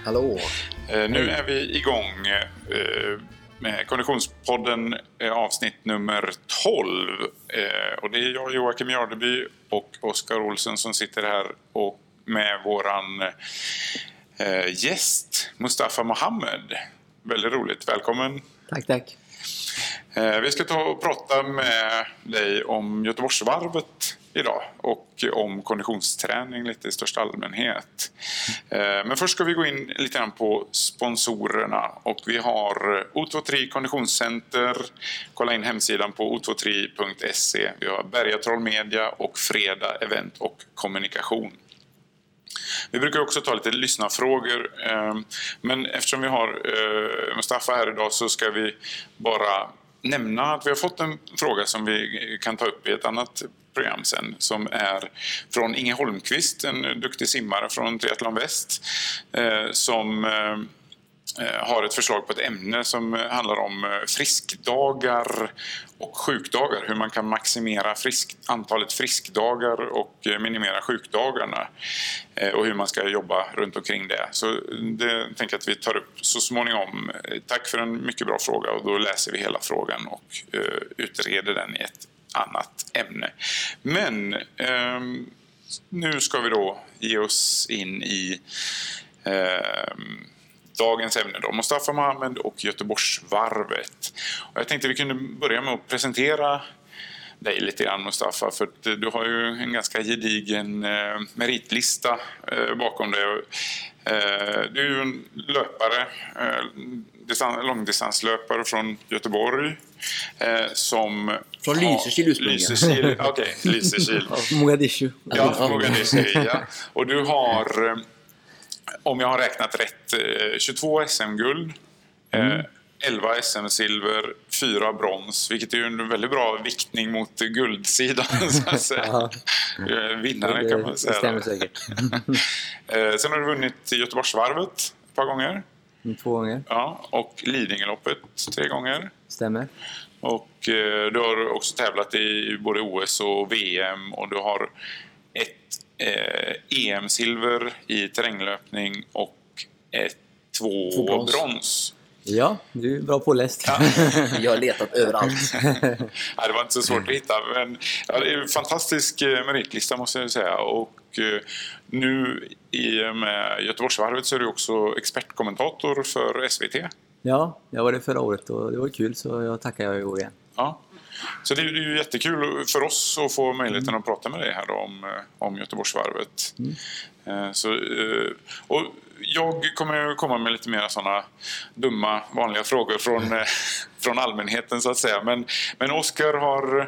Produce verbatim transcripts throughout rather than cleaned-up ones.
Hallå. Eh, nu är vi igång eh, med Konditionspodden eh, avsnitt nummer tolv. Eh, och det är jag, Joakim Jardeby och Oskar Olsson som sitter här och med våran eh, gäst Mustafa Mohammed. Väldigt roligt. Välkommen. Tack, tack. Eh, vi ska ta och prata med dig om Göteborgsvarvet idag och om konditionsträning lite i största allmänhet. Men först ska vi gå in lite grann på sponsorerna och vi har O tjugotre Konditionscenter. Kolla in hemsidan på o tjugotre punkt se. Vi har Bergatroll Media och Fredag Event och Kommunikation. Vi brukar också ta lite lyssnarfrågor, men eftersom vi har Mustafa här idag så ska vi bara nämna att vi har fått en fråga som vi kan ta upp i ett annat program sen, som är från Inge Holmqvist, en duktig simmare från Triathlon Väst, som har ett förslag på ett ämne som handlar om friskdagar och sjukdagar. Hur man kan maximera frisk, antalet friskdagar och minimera sjukdagarna. Och hur man ska jobba runt omkring det. Så det tänker jag att vi tar upp så småningom. Tack för en mycket bra fråga och då läser vi hela frågan och utreder den i ett annat ämne. Men eh, nu ska vi då ge oss in i eh, dagens ämne då, Mustafa Mohammed och Göteborgsvarvet. Och jag tänkte vi kunde börja med att presentera dig lite grann, Mustafa, för att du har ju en ganska gedigen eh, meritlista eh, bakom dig. Eh, du är ju en löpare, eh, distans, långdistanslöpare från Göteborg eh, som... Från Lysekil ursprungligen. Lysekil, okej, okay, Lysekil. Mogadishu. Ja, Mogadishu, ja. Och du har, om jag har räknat rätt, tjugotvå S M-guld, mm. elva S M-silver, fyra brons, vilket är ju en väldigt bra viktning mot guldsidan, så att säga. Vinnare kan man säga. Det stämmer säkert. Sen har du vunnit Göteborgsvarvet ett par gånger. Två gånger. Ja, och Lidingöloppet tre gånger. Stämmer. Och du har också tävlat i både O S och V M och du har ett eh, E M-silver i terränglöpning och ett, två, två brons. brons. Ja, du är bra påläst. Ja. Jag har letat överallt. Ja, det var inte så svårt att hitta. Men ja, det är en fantastisk meritlista måste jag säga. Och nu i med Göteborgsvarvet så är du också expertkommentator för S V T. Ja, jag var det förra året och det var kul så jag tackar jag i år igen. Ja. Så det är ju jättekul för oss att få möjligheten mm. att prata med dig här om, om Göteborgsvarvet. Mm. Så, och jag kommer komma med lite mer sådana dumma vanliga frågor från, från allmänheten så att säga. Men, men Oskar har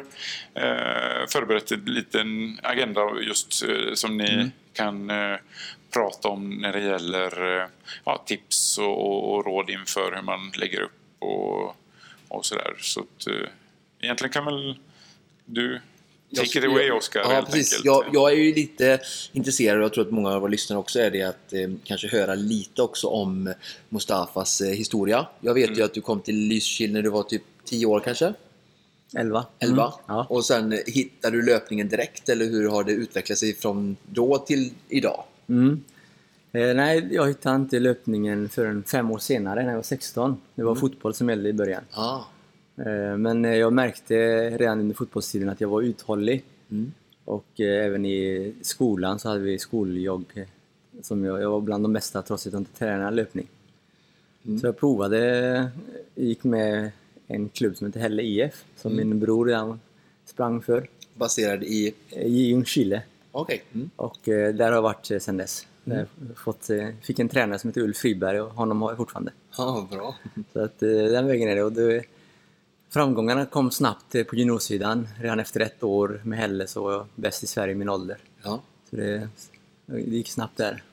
eh, förberett en liten agenda just eh, som ni mm. kan eh, prata om när det gäller eh, ja, tips och, och råd inför hur man lägger upp och, och sådär. Så att, eh, egentligen kan väl du take it away, Oskar. Ja, precis. Jag, jag är ju lite intresserad och jag tror att många av våra lyssnare också är det att eh, kanske höra lite också om Mustafas eh, historia. Jag vet mm. ju att du kom till Lysekil när du var typ tio år kanske? elva. elva. Mm. Ja. Och sen hittade du löpningen direkt eller hur har det utvecklat sig från då till idag? Mm. Eh, nej, jag hittade inte löpningen förrän fem år senare när jag var sexton. Det var mm. fotboll som gällde i början. Ah. Men jag märkte redan under fotbollstiden att jag var uthållig. Mm. Och även i skolan så hade vi skoljogg som jag, jag var bland de bästa trots att jag inte tränade löpning. Mm. Så jag provade, gick med en klubb som heter Hälle I F som mm. min bror redan sprang för. Baserad i? I Ljungskile. Okej. Okay. Mm. Och där har jag varit sedan dess. Mm. Jag fått, fick en tränare som heter Ulf Friberg och honom har jag fortfarande. Ja, bra. Så att den vägen är det. Och det framgångarna kom snabbt på juniorsidan. Redan efter ett år med Hälle så var jag bäst i Sverige i min ålder. Ja. Så det, det gick snabbt där.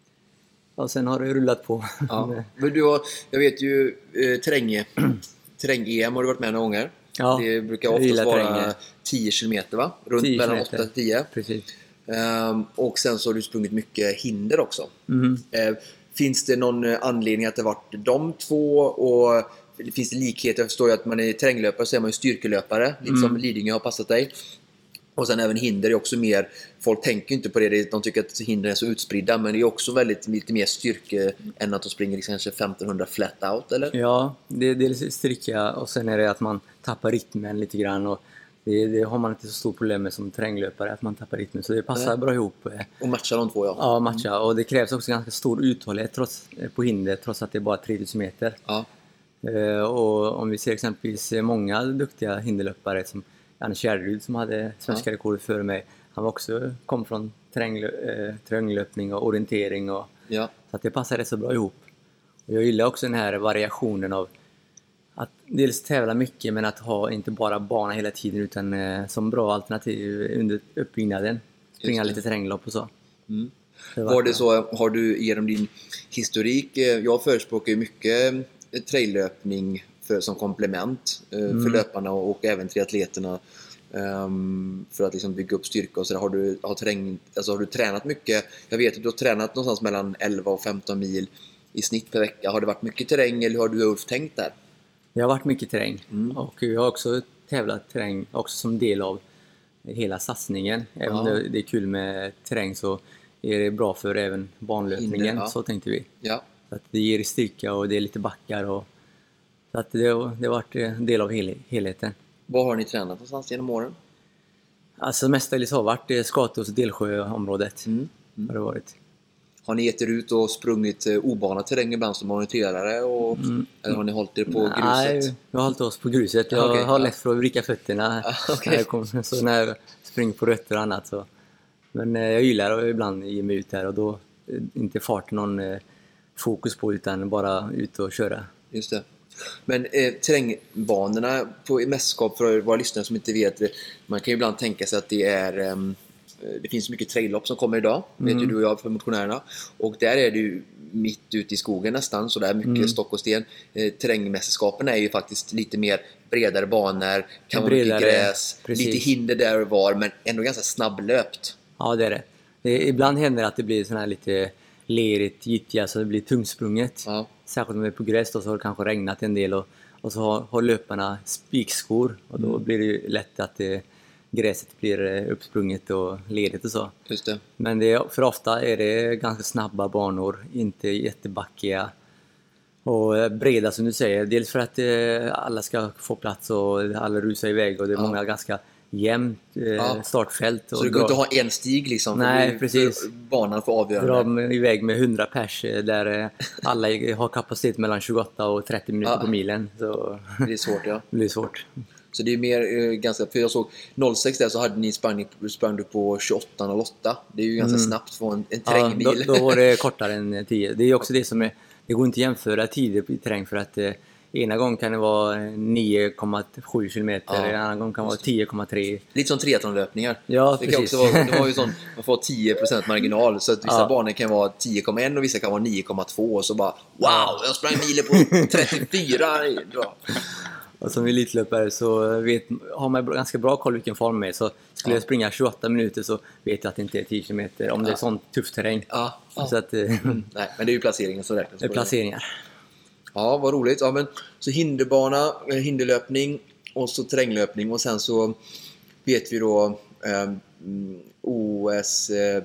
Och sen har det rullat på. Ja. Men du har, jag vet ju eh, terräng, terräng-E M har du varit med några gånger. Ja, det brukar oftast vara tio kilometer va? Runt tio mellan åtta och tio. Precis. Um, och sen så har du sprungit mycket hinder också. Mm. Uh, finns det någon anledning att det varit de två och finns det likheter? Jag förstår ju att man är terränglöpare så är man ju styrkelöpare, liksom mm. Lidingö har passat dig. Och sen även hinder är också mer, folk tänker inte på det, de tycker att hinder är så utspridda, men det är också väldigt lite mer styrke än att de springer kanske femtonhundra flat out, eller? Ja, det, det är styrka och sen är det att man tappar rytmen lite grann och det, det har man inte så stort problem med som terränglöpare, att man tappar rytmen, så det passar Nej. bra ihop. Och matcha de två, ja. Ja, matcha, och det krävs också ganska stor uthållighet trots, på hinder, trots att det är bara tre tusen meter. Ja. Uh, och om vi ser exempelvis många duktiga hinderlöpare som Anders Kärryd som hade svenska ja. rekordet före mig, han var också kom från terränglö, eh, terränglöpning och orientering och, ja. så att det passar rätt så bra ihop. Och jag gillar också den här variationen av att dels tävla mycket men att ha inte bara bana hela tiden utan eh, som bra alternativ under uppbyggnaden. Springa lite terränglopp och så. Mm. Det var, var det så, har du genom din historik, jag förespråkar ju mycket traillöpning för, som komplement eh, mm. för löparna och, och även triatleterna um, för att liksom bygga upp styrka och så där. Har du, har, terräng, alltså har du tränat mycket? Jag vet att du har tränat någonstans mellan elva och femton mil i snitt per vecka. Har det varit mycket terräng eller har du Ulf tänkt där? Det har varit mycket terräng mm. och jag har också tävlat terräng också som del av hela satsningen. Även om ja. det är kul med terräng så är det bra för även banlöpningen, Inne, ja. så tänkte vi. Ja. Så att det ger styrka och det är lite backar och så att det, det har varit en del av hel, helheten. Vad har ni tränat någonstans genom åren? Alltså mestadels har varit Skatås och Delsjöområdet. Mm. Mm. Har det varit. Har ni gett er ut och sprungit obanad terräng ibland som orienterare? Och, mm. Eller har ni hållit er på gruset? Nej, vi har hållit oss på gruset. Jag okay, har lätt för att vricka fötterna okay. när jag kom, så när jag springer på rötter och annat. Så. Men eh, jag gillar att ibland ge mig ut här och då inte fart någon eh, fokus på utan bara ut och köra. Just det. Men eh, terrängbanorna på mästerskap, för våra lyssnare som inte vet, man kan ju ibland tänka sig att det är eh, det finns mycket traillopp som kommer idag, mm. vet ju du och jag för motionärerna, och där är det ju mitt ute i skogen nästan, så där mycket mm. stock och sten. eh, terrängmästerskapen är ju faktiskt lite mer bredare banor, kan vara mycket gräs, precis. Lite hinder där och var, men ändå ganska snabblöpt. Ja, det är det, det ibland händer att det blir sån här lite lerigt, gyttja, så det blir tungsprunget. Ja. Särskilt om det är på gräs då, så har det kanske regnat en del och, och så har, har löparna spikskor och då mm. blir det ju lätt att det, gräset blir uppsprunget och ledigt och så. Just det. Men det, för ofta är det ganska snabba banor, inte jättebackiga och breda som du säger. Dels för att eh, alla ska få plats och alla rusar iväg och det är ja. många ganska jämnt eh, ja. startfält. Så du kan inte ha en stig liksom? Nej, för precis. För banan får avgöra. Dra dem iväg med hundra pers där eh, alla har kapacitet mellan tjugoåtta och trettio minuter ja. på milen. Så det är svårt, ja. Det är svårt. Så det är mer eh, ganska, för jag såg noll sex där så hade ni sprang, sprang du på tjugoåtta noll åtta. Det är ju ganska mm. snabbt för en, en terrängbil. Ja, då, då var det kortare än tio. Det är också det som är, det går inte att jämföra tider i terräng för att eh, ena gången kan det vara nio komma sju kilometer, ja, en annan gång kan det vara tio komma tre. Lite som triathlonlöpningar. Ja, det precis. Kan också vara, det var ju sån, man får tio procent marginal, så att vissa ja. banor kan vara tio komma ett och vissa kan vara nio komma två och så bara wow, jag sprang milen på trettiofyra. Bra. Och som elitlöpare så vet, har man ganska bra koll vilken form med. Så skulle ja. jag springa tjugoåtta minuter så vet jag att det inte är tio kilometer om ja. det är sån tuff terräng. Ja. Ja. Så att, mm. Nej, men det är ju placeringen som räknas. Det är placeringar. Ja, vad roligt. Ja, men, så hinderbana, hinderlöpning och så terränglöpning och sen så vet vi då eh, O S eh,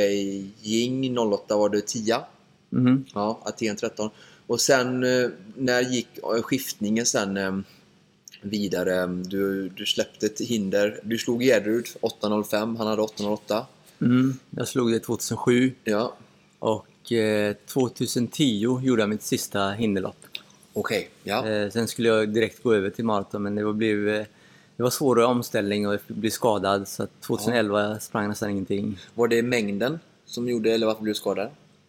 Beijing noll åtta var det tio. Mm. Ja, Aten tretton. Och sen eh, när gick skiftningen sen eh, vidare? Du, du släppte ett hinder. Du slog Gärrud åtta noll fem, han hade åtta noll åtta. Mm, jag slog det tjugohundrasju. Ja. Och eh, tjugohundratio gjorde jag mitt sista hinderlopp. Okej, okay, ja. Eh, sen skulle jag direkt gå över till maraton, men det var, blev, eh, det var svårare omställning och jag blev skadad. Så att tjugoelva ja. sprang nästan ingenting. Var det mängden som gjorde, eller varför blev du skadad?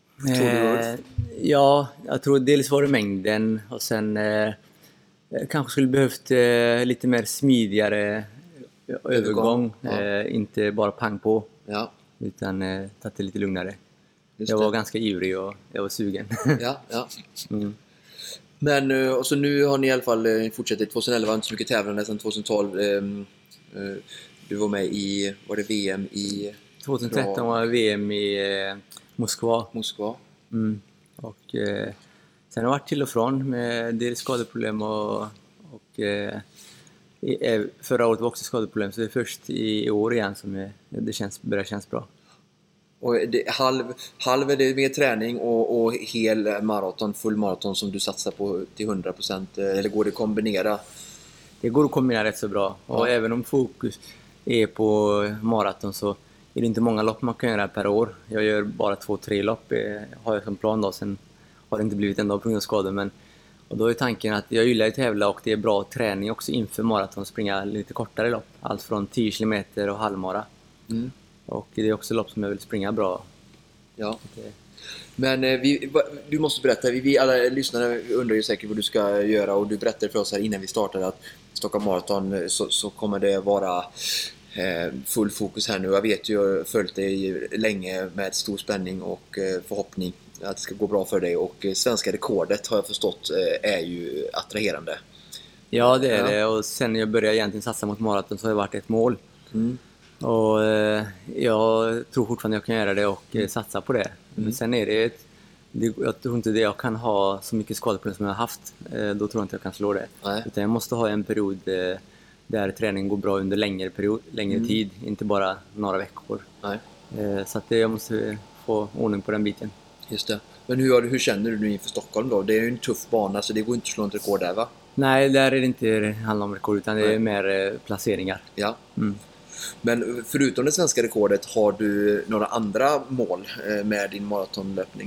Eh, ja, jag tror dels var det mängden och sen eh, kanske skulle behövt eh, lite mer smidigare övergång. övergång. Ja. Eh, inte bara pang på, ja. utan eh, tagit det lite lugnare. Just jag det. var ganska ivrig och jag var sugen. Ja, ja. Mm. Men och så nu har ni i alla fall fortsatt tjugoelva, inte så mycket tävlande sedan tjugotolv. Eh, du var med i, var det V M i... tjugotretton var V M i eh, Moskva. Moskva. Mm. Och eh, sen har jag varit till och från med dels skadeproblem och, och eh, i, förra året var också skadeproblem, så det är först i år igen som jag, det känns, börjar kännas bra. Och det, halv, halv är det mer träning och, och hel maraton, full maraton som du satsar på till hundra procent, eller går det att kombinera? Det går att kombinera rätt så bra. Ja. Och även om fokus är på maraton så är det inte många lopp man kan göra per år. Jag gör bara två, tre lopp har jag som plan då. Sen har det inte blivit en dag på grund av skador. Men, och då är tanken att jag gillar att tävla och det är bra träning också inför maraton. Springa lite kortare lopp. Allt från tio kilometer och halvmara. Mm. Och det är också lopp som jag vill springa bra. Ja. Men eh, vi, du måste berätta, vi, vi alla lyssnare undrar ju säkert vad du ska göra, och du berättade för oss här innan vi startade att Stockholm Marathon så, så kommer det vara eh, full fokus här nu. Jag vet ju, jag har följt dig länge med stor spänning och eh, förhoppning att det ska gå bra för dig, och eh, svenska rekordet har jag förstått eh, är ju attraherande. Ja, det är ja. det, och sen när jag började egentligen satsa mot maraton så har det varit ett mål. Mm. Och eh, jag tror fortfarande jag kan göra det och eh, satsa på det. Mm. Men sen är det, ett, det, jag tror inte det jag kan ha så mycket skadeproblem som jag har haft. Eh, då tror jag inte jag kan slå det. Nej. Utan jag måste ha en period eh, där träningen går bra under längre, period, längre mm. tid. Inte bara några veckor. Nej. Eh, så att det, jag måste få ordning på den biten. Just det. Men hur, hur känner du nu inför Stockholm då? Det är ju en tuff bana så det går inte att slå ett rekord där, va? Nej, där är det inte det handlar om rekord utan det är Nej. mer eh, placeringar. Ja. Mm. Men förutom det svenska rekordet, har du några andra mål med din maratonlöpning?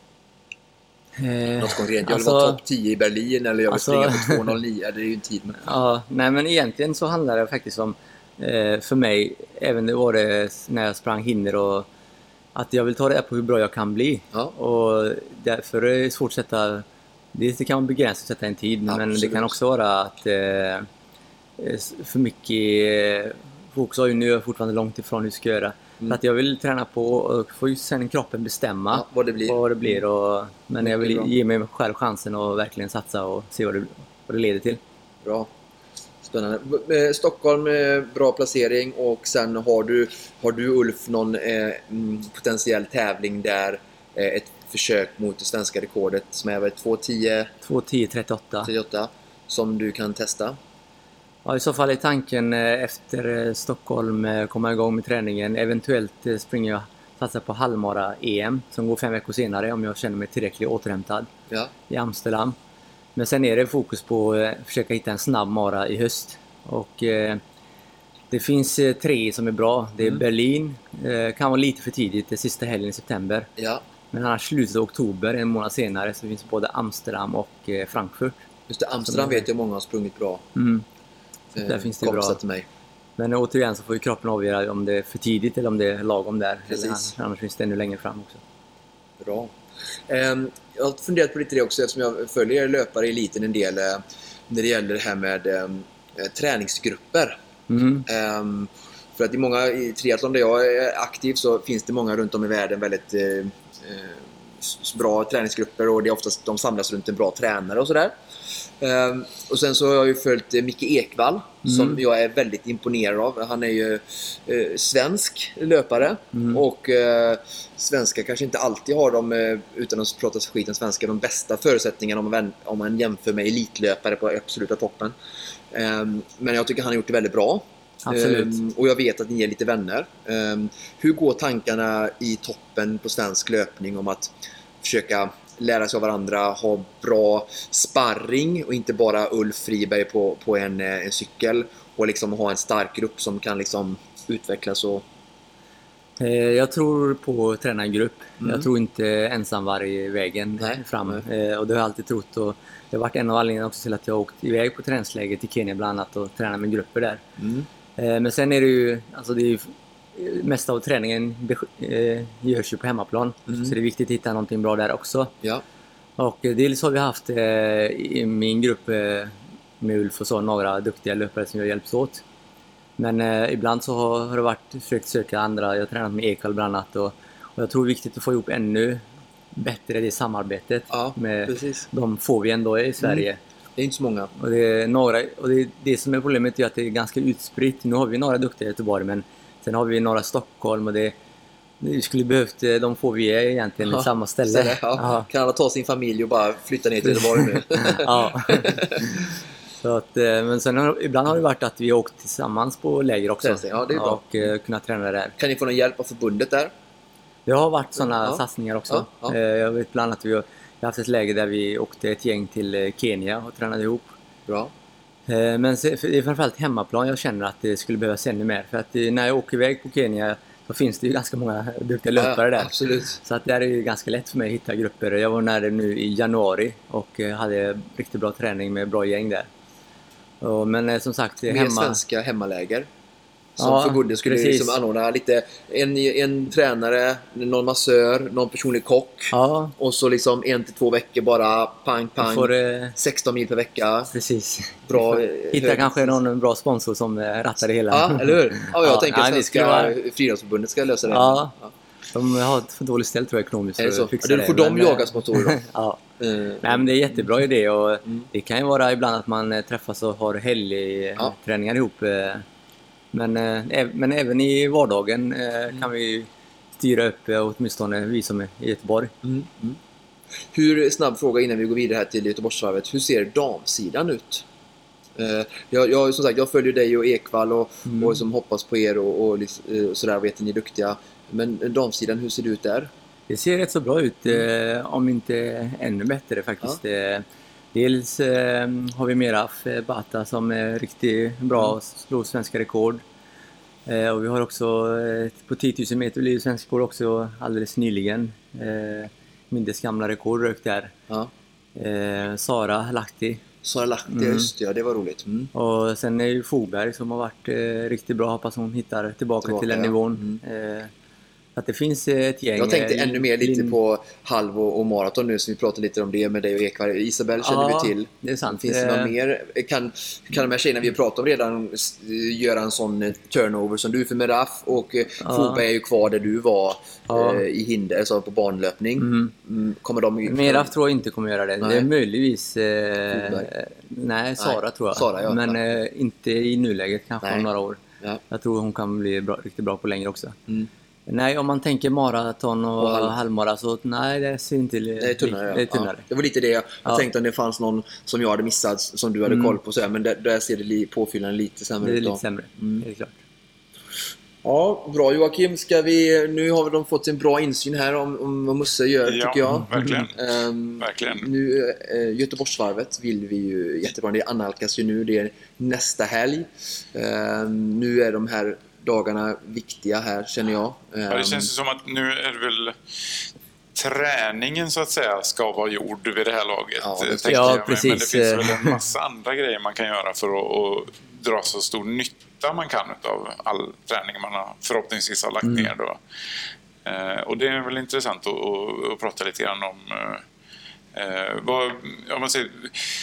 Eh, Något konkret? Jag alltså, vill vara topp tio i Berlin, eller jag vill alltså, springa på två noll nio, det är ju en tid. Men... Ja, nej, men egentligen så handlar det faktiskt om, eh, för mig, även det var det när jag sprang hinder, och att jag vill ta det på hur bra jag kan bli. Ja. Och därför är det svårt att sätta, det kan vara begränsat att sätta en tid, ja, men absolut. Det kan också vara att eh, för mycket... Fokus har ju nu fortfarande långt ifrån hur jag ska göra. Mm. Så att jag vill träna på och få ju sen kroppen bestämma ja, vad det blir. Vad det blir och, men jag vill ge mig själv chansen och verkligen satsa och se vad det, vad det leder till. Bra. Spännande. Stockholm, bra placering, och sen har du, har du Ulf någon eh, potentiell tävling där eh, ett försök mot det svenska rekordet som är två tio trettioåtta som du kan testa? Ja, i så fall är tanken efter Stockholm komma igång med träningen. Eventuellt springer jag satsa på halvmara E M som går fem veckor senare om jag känner mig tillräckligt återhämtad ja. i Amsterdam. Men sen är det fokus på att försöka hitta en snabb mara i höst. Och eh, det finns eh, tre som är bra. Det är mm. Berlin, eh, kan vara lite för tidigt, det sista helgen i september. Ja. Men annars slutet av oktober, en månad senare, så finns både Amsterdam och eh, Frankfurt. Just det, Amsterdam vet jag många har sprungit bra. Mm. Där finns det bra. Till mig. Men återigen så får ju kroppen avgöra om det är för tidigt eller om det är lagom där. Precis. Annars finns det ännu längre fram också. Bra. Um, jag har funderat på lite det också eftersom jag följer löpare i eliten en del uh, när det gäller det här med um, träningsgrupper. Mm. Um, för att i många i triathlon där jag är aktiv så finns det många runt om i världen väldigt uh, uh, bra träningsgrupper, och det är oftast de samlas runt en bra tränare och sådär. Um, och sen så har jag ju följt uh, Micke Ekvall mm. som jag är väldigt imponerad av. Han är ju uh, svensk löpare mm. och uh, svenska kanske inte alltid har de, uh, utan att prata skit om svenska, de bästa förutsättningarna om man, om man jämför med elitlöpare på absoluta toppen. Um, men jag tycker han har gjort det väldigt bra. Absolut. Um, och jag vet att ni är lite vänner. Um, hur går tankarna i toppen på svensk löpning om att försöka lära sig av varandra, ha bra sparring och inte bara Ulf Friberg på, på en, en cykel, och liksom ha en stark grupp som kan liksom utvecklas? Och... Jag tror på tränargrupp. Mm. Jag tror inte ensam varje vägen Nej. fram. Nej. Och det har jag alltid trott, och det har varit en av anledningarna också till att jag har åkt iväg på träningsläger till Kenya bland annat och tränat med grupper där. Mm. Men sen är det ju, alltså det är ju mesta av träningen eh, görs ju på hemmaplan. Mm. Så det är viktigt att hitta någonting bra där också. Ja. Och dels har vi haft eh, i min grupp eh, med Ulf och så några duktiga löpare som jag hjälps åt. Men eh, ibland så har, har det varit försökt söka andra. Jag har tränat med Ekvall bland annat, och, och jag tror det är viktigt att få ihop ännu bättre det samarbetet ja, med precis. De får vi ändå i Sverige. Mm. Det är inte så många. Och det är några, och det, det som är problemet är att det är ganska utspritt. Nu har vi några duktiga i Göteborg, men sen har vi några i Stockholm, och det, det skulle behövt, de får vi egentligen ja, i samma ställe. ställe ja. Ja. Kan alla ta sin familj och bara flytta ner till Göteborg nu? Ja. Så att, eh, men sen har, ibland har det varit att vi har åkt tillsammans på läger också. Träning, ja, det är bra. Och eh, kunnat träna där. Kan ni få någon hjälp av förbundet där? Det har varit sådana Ja. satsningar också. Ja, ja. Eh, Jag vet bland annat att vi har vi har haft ett läge där vi åkte ett gäng till eh, Kenya och tränade ihop. Bra. Eh, Men se- för det är framförallt hemmaplan jag känner att det skulle behövas ännu mer. För att eh, när jag åker iväg på Kenya så finns det ju ganska många duktiga löpare Ja, där. absolut. Så att där är det ju ganska lätt för mig att hitta grupper. Jag var nära nu i januari och eh, hade riktigt bra träning med bra gäng där. Och, men eh, som sagt, Mer hemma... svenska hemmaläger. Som Ja, förbundet skulle precis. liksom anordna lite en, en tränare, någon massör, någon personlig kock. Ja, Och så liksom en till två veckor bara pang vi pang. får eh, sexton mil per vecka. precis. Bra, Vi får hitta hög- kanske någon bra sponsor som eh, rattar det hela. Ja, eller hur? Ja, jag Ja, tänker nej, att det skulle Svenska vara- friidrottsförbundet ska lösa det. Ja. Ja. De har ett för dåligt ställt tror jag ekonomiskt. Är det för så? att fixa Ja, då får det, de men, jaga eh, sponsorer då. Ja. Eh, Nej, men det är en jättebra idé och Mm. det kan ju vara ibland att man eh, träffas och har helgträningar ihop. eh. Men, eh, äv- men även i vardagen eh, Mm. kan vi styra upp eh, åtminstone vi som är i Göteborg. Mm. Mm. Hur, snabb fråga innan vi går vidare här till Göteborgsvarvet. Hur ser damsidan ut? Eh, jag, jag, som sagt, jag följer dig och Ekvall och, Mm. och som hoppas på er och, och, lis- eh, och sådär, vet att ni är duktiga. Men damsidan, hur ser det ut där? Det ser rätt så bra ut, eh, om inte ännu bättre faktiskt. Eh, dels eh, har vi Meraf eh, Bata som är riktigt bra och slår svenska rekord. Eh, och vi har också eh, på tio tusen meter blev svenska rekord också alldeles nyligen. Eh, Mindes gamla rekord rök där. Ja. Eh, Sara Lahti. Sara Lahti, Mm. just det, ja, det var roligt. Mm. Och sen är ju Fogberg som har varit eh, riktigt bra. Hoppas hon hittar tillbaka, Tillbaka, till den ja. nivån. Eh, att det finns eh, ett gäng. Jag tänkte eh, ännu mer lite Lin- på halv och, och maraton nu, så vi pratade lite om det med dig och Ekvall. Isabel känner Ja, vi till. det är sant. Finns det Eh, något mer? Kan, kan de här tjejerna vi har pratat om redan s- göra en sån eh, turnover som du för Meraf? Och eh, Ja. Fogberg är ju kvar där du var Ja. eh, i hinder, alltså på banlöpning. Mhm. Mm, kommer de... Meraf tror jag inte kommer göra det. Nej. Det är möjligtvis... Eh, Fogberg. nej, Sara Nej, tror jag. Sara, ja. Men Ja. eh, inte i nuläget, kanske Nej. om några år. Ja. Jag tror hon kan bli bra, riktigt bra på längre också. Mm. Nej, om man tänker maraton och, Och halv- halvmara så nej, det ser inte... Det är tunnare. Det är Ja. tunnare. Ja. Det var lite det jag Ja. tänkte, om det fanns någon som jag hade missat som du hade Mm. koll på. Så här, men där, där ser det li, påfyllande lite sämre Det är ut. då. lite sämre, Mm. helt klart. Ja, bra Joakim. Ska vi, nu har de fått en bra insyn här om, om vad Musse gör, Ja, tycker jag. verkligen. Ehm, Verkligen. Nu, eh, Göteborgsvarvet vill vi ju jättebra. Det annalkas ju nu. Det är nästa helg. Ehm, nu är de här dagarna viktiga här, känner jag. Ja, Ehm, det känns ju som att nu är det väl träningen så att säga ska vara gjord vid det här laget. Ja, det- tänker ja, jag mig. Men det precis. finns väl en massa andra grejer man kan göra för att, att dra så stor nytta man kan av all träning man har, förhoppningsvis har lagt Mm. ner då. Eh, och det är väl intressant att, att, att prata lite grann om eh, vad, om man säger,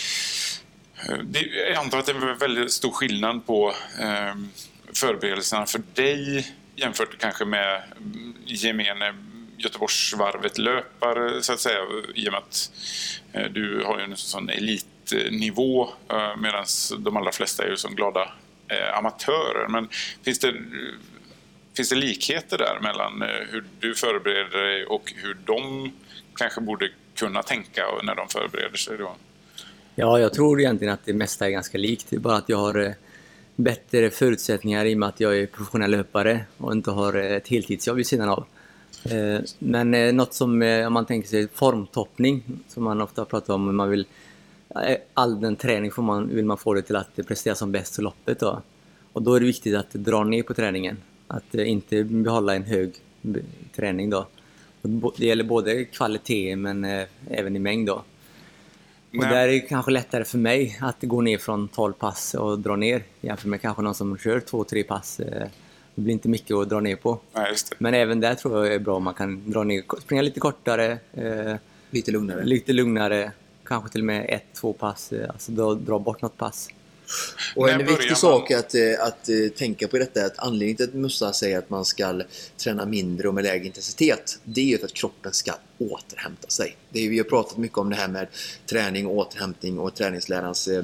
det, jag antar att det är en väldigt stor skillnad på eh, förberedelserna för dig jämfört kanske med gemene Göteborgsvarvet löpare så att säga, i och med att eh, du har ju en sån elitnivå eh, medan de allra flesta är ju som glada eh, amatörer. Men finns det, finns det likheter där mellan eh, hur du förbereder dig och hur de kanske borde kunna tänka när de förbereder sig då? Ja, jag tror egentligen att det mesta är ganska likt. Det är bara att jag har eh, bättre förutsättningar i och med att jag är professionell löpare och inte har eh, ett heltidsjobb vid sidan av. Eh, Men eh, något som, eh, om man tänker sig formtoppning, som man ofta pratar om, man vill, eh, all den träning får man, vill man få det till att prestera som bäst i loppet då. Och då är det viktigt att dra ner på träningen. Att eh, inte behålla en hög b- träning då. Och bo- det gäller både kvalitet men eh, även i mängd då. Och Nej. där är det kanske lättare för mig att gå ner från tolv pass och dra ner jämfört med kanske någon som kör två tre pass. eh, Det blir inte mycket att dra ner på. Nej, just det. Men även där tror jag är bra om man kan dra ner, springa lite kortare, eh, lite lugnare. lite lugnare, kanske till och med ett, två pass, eh, alltså dra, dra bort något pass. Och en När börjar viktig man- sak att, eh, att eh, tänka på i detta är att anledningen till att Mussa säger att man ska träna mindre och med lägre intensitet, det är ju för att kroppen ska återhämta sig. Det är, vi har pratat mycket om det här med träning, återhämtning och träningslärarens eh,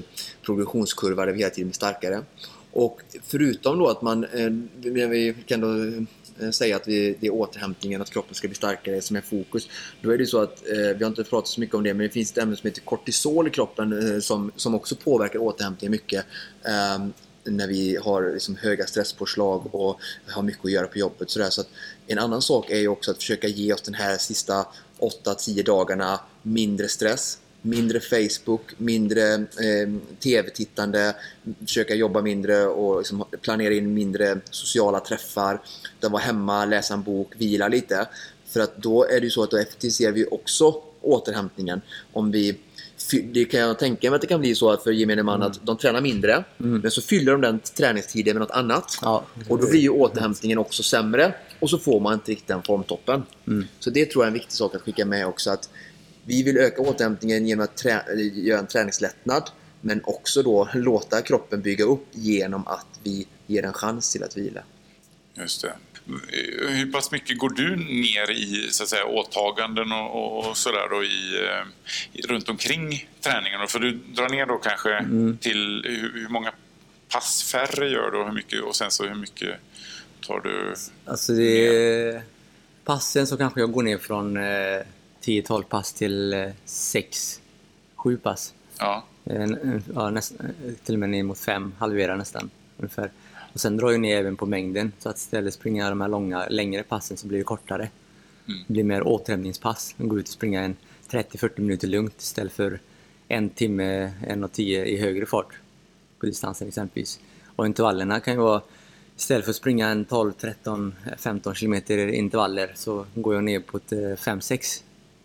progressionskurva där vi hela tiden blir starkare. Och förutom då att man, eh, vi kan då eh, säga att vi, det är återhämtningen, att kroppen ska bli starkare som är fokus. Då är det så att, eh, vi har inte pratat så mycket om det, men det finns ett ämne som heter kortisol i kroppen eh, som, som också påverkar återhämtningen mycket. Eh, när vi har liksom höga stresspåslag och har mycket att göra på jobbet. Så, där. Så att en annan sak är ju också att försöka ge oss den här sista åtta till tio dagarna mindre stress, mindre Facebook, mindre eh, tv-tittande, försöka jobba mindre och liksom planera in mindre sociala träffar, där vara hemma, läsa en bok, vila lite. För att då är det ju så att då effektiviserar vi också återhämtningen. Om vi Det kan jag tänka mig att det kan bli så att för gemene man mm. att de tränar mindre, mm. men så fyller de den träningstiden med något annat. Ja. Och då blir ju återhämtningen också sämre och så får man inte riktigt den formtoppen. Mm. Så det tror jag är en viktig sak att skicka med också, att vi vill öka återhämtningen genom att trä- göra en träningslättnad, men också då låta kroppen bygga upp genom att vi ger en chans till att vila. Just det. Hur pass mycket går du ner i, så att säga, åtaganden och, och sådär då i, i, runt omkring träningen? För du drar ner då kanske mm. till hur, hur många pass färre gör du och hur mycket, och sen så hur mycket tar du? Alltså det är, passen så kanske jag går ner från eh, tio tolv pass till eh, sex sju pass. Ja. Eh, ja nästan, till och med ner mot fem, halvera nästan ungefär. Och sen drar jag ner även på mängden, så att istället springa de här långa, längre passen så blir det kortare. Mm. Det blir mer återhämtningspass. Man går ut och springa en trettio till fyrtio minuter lugnt istället för en timme, en och tio i högre fart på distansen exempelvis. Och intervallerna kan ju vara, istället för att springa en tolv, tretton, femton kilometer intervaller så går jag ner på ett fem sex.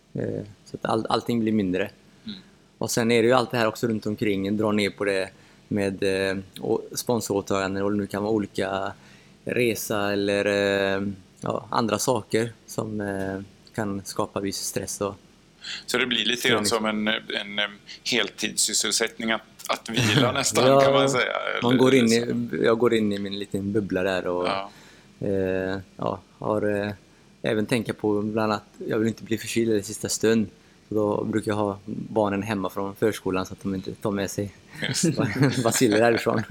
Så att all, allting blir mindre. Mm. Och sen är det ju allt det här också runt omkring, dra ner på det med eh, sponsoråtaganden och nu kan vara olika resa eller eh, ja, andra saker som eh, kan skapa viss stress. Och så det blir lite grann som en, en heltidssysselsättning att, att vila nästan, ja, kan man säga. Man går in i, jag går in i min liten bubbla där och ja. Eh, ja, har eh, även tänka på bland annat, jag vill inte bli förkyld i sista stund. Då brukar jag ha barnen hemma från förskolan så att de inte tar med sig baciller därifrån.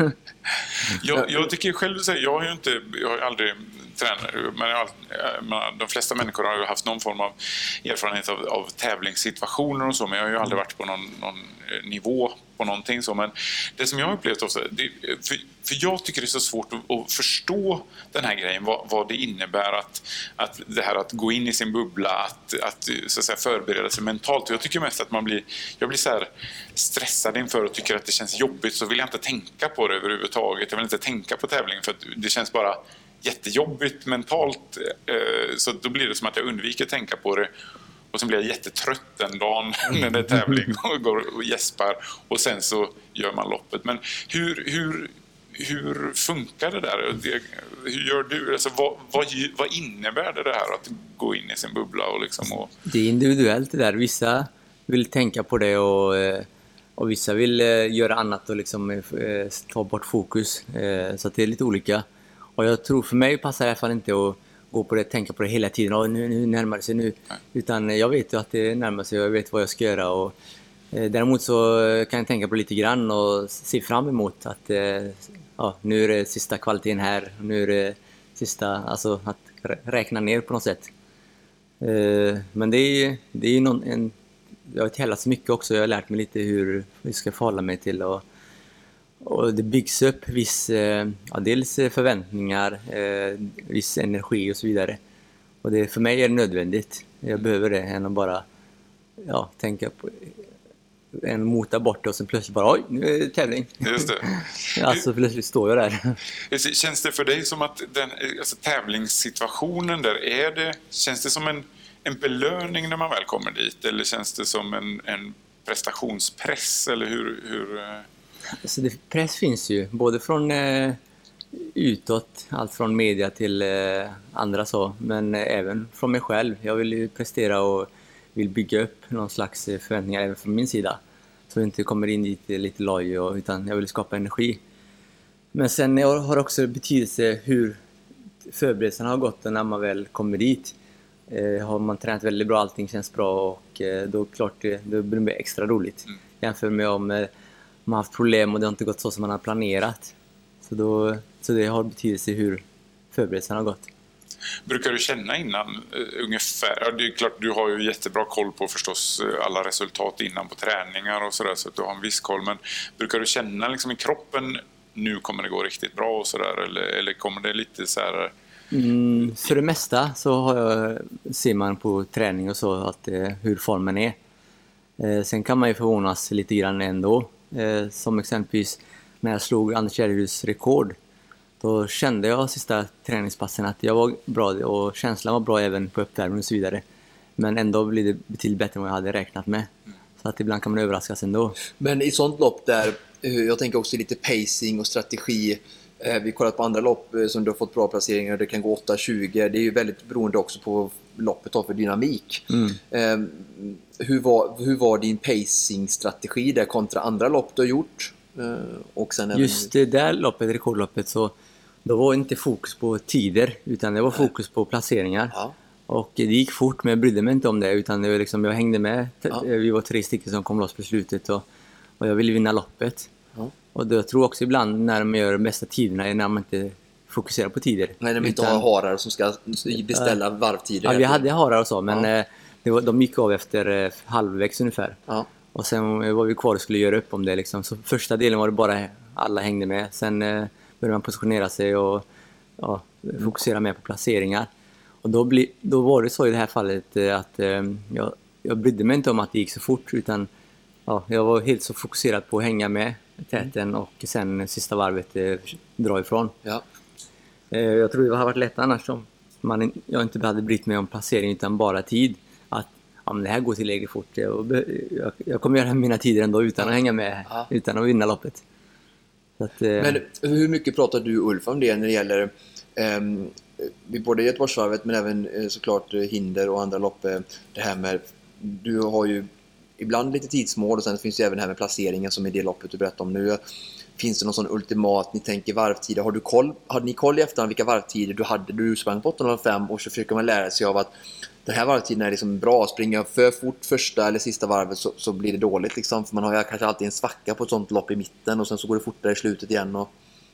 jag, jag tycker själv, jag har ju inte, jag har aldrig tränat, men jag, de flesta människor har ju haft någon form av erfarenhet av, av tävlingssituationer och så, men jag har ju aldrig varit på någon, någon nivå på någonting så. Men det som jag har upplevt också, det, för, för jag tycker det är så svårt att, att förstå den här grejen, vad, vad det innebär att, att det här att gå in i sin bubbla, att, att, så att säga, förbereda sig mentalt. Jag tycker mest att man blir, jag blir så här stressad inför och tycker att det känns jobbigt, så vill jag inte tänka på det överhuvudtaget. Jag vill inte tänka på tävlingen för att det känns bara jättejobbigt mentalt, så då blir det som att jag undviker att tänka på det. Och sen blir jag jättetrött den dagen när det är tävling och går och gäspar och sen så gör man loppet. Men hur, hur, hur funkar det där? Hur gör du? Alltså, vad, vad, vad innebär det här att gå in i sin bubbla? Och liksom och... Det är individuellt det där. Vissa vill tänka på det och, och vissa vill göra annat och liksom ta bort fokus. Så att det är lite olika. Och jag tror för mig passar det i alla fall inte att gå på det, tänka på det hela tiden. Och nu, nu närmar det sig nu. Nej. Utan jag vet ju att det närmar sig och jag vet vad jag ska göra. Och, eh, däremot så kan jag tänka på lite grann och se fram emot att eh, ja, nu är det sista kvaliteten här. Nu är det sista, alltså att räkna ner på något sätt. Eh, men det är, det är ju någon, en, jag har tävlat så mycket också. Jag har lärt mig lite hur jag ska förhålla mig till och Och det byggs upp viss, ja, dels förväntningar, eh, viss energi och så vidare. Och det, för mig är det nödvändigt. Jag behöver det än att bara ja, tänka på en mota bort och sen plötsligt bara oj, nu är det tävling. Just det. Alltså plötsligt står jag där. Känns det för dig som att den, alltså, tävlingssituationen där, är det, känns det som en, en belöning när man väl kommer dit? Eller känns det som en, en prestationspress? Eller hur... hur Alltså det, press finns ju, både från eh, utåt, allt från media till eh, andra så, men eh, även från mig själv. Jag vill ju prestera och vill bygga upp någon slags förväntningar även från min sida. Så jag inte kommer in dit lite loj, och, utan jag vill skapa energi. Men sen har det också betydelse hur förberedelserna har gått när man väl kommer dit. Eh, har man tränat väldigt bra, allting känns bra och eh, då klart det, det blir extra roligt. Mm. Jämför med om eh, man har haft problem och det har inte gått så som man har planerat. Så, då, så det har betydelse hur förberedelserna har gått. Brukar du känna innan uh, ungefär, ja, det är klart du har ju jättebra koll på förstås uh, alla resultat innan på träningar och sådär, så att du har en viss koll, men brukar du känna liksom i kroppen nu kommer det gå riktigt bra och sådär, eller, eller kommer det lite så här? Mm, för det mesta så har jag, ser man på träning och så att, eh, hur formen är. Eh, sen kan man ju förvånas lite grann ändå. Eh, som exempelvis när jag slog Anders Järrhus rekord. Då kände jag sista träningspassen att jag var bra och känslan var bra även på uppvärmning och så vidare. Men ändå blir det betydligt bättre än vad jag hade räknat med. Så att ibland kan man överraskas ändå. Men i sånt lopp där, jag tänker också lite pacing och strategi. Vi kollat på andra lopp som du har fått bra placeringar, det kan gå åtta tjugo. Det är ju väldigt beroende också på loppet av för dynamik. Mm. Hur, var, hur var din pacing-strategi där kontra andra lopp du har gjort? Och sen Just det där loppet, rekordloppet, så då var inte fokus på tider utan det var fokus på placeringar. Ja. Och det gick fort, men jag brydde mig inte om det, utan det var liksom, jag hängde med. Ja. Vi var tre stycken som kom loss på slutet och, och jag ville vinna loppet. Ja. Och då, jag tror också ibland när man gör de bästa tiderna är när man inte fokuserar på tider. Nej, de inte har harar som ska beställa äh, varvtider. Ja, vi hade harar och så, men ja. det var, de gick av efter halvvägs ungefär. Ja. Och sen var vi kvar och skulle göra upp om det. Liksom. Så första delen var det bara alla hängde med. Sen eh, började man positionera sig och ja, fokusera mer på placeringar. Och då, bli, då var det så i det här fallet eh, att eh, jag, jag brydde mig inte om att det gick så fort. Utan ja, jag var helt så fokuserad på att hänga med täten och sen sista varvet eh, dra ifrån. Ja. Eh, jag tror det hade varit lätt annars om man, jag inte hade brytt mig om placering utan bara tid. Att ja, men det här går tillräckligt fort. Jag, jag, jag kommer göra mina tider ändå utan att hänga med, ja. Utan att vinna loppet. Så att, eh... Men hur mycket pratar du, Ulf, om det när det gäller eh, både Göteborgsvarvet men även eh, såklart hinder och andra lopp? Eh, det här med, du har ju ibland lite tidsmål och sen finns det även det här med placeringen som är det loppet du berättar om nu. Finns det någon sån ultimat, ni tänker varvtider? Har du koll, hade ni koll i efterhand vilka varvtider du hade? Du sprang på åtta noll fem och så försöker man lära sig av att den här varvtiden är liksom bra. Springer för fort första eller sista varvet så, så blir det dåligt liksom. För man har ju kanske alltid en svacka på ett sånt lopp i mitten och sen så går det fortare i slutet igen. Och...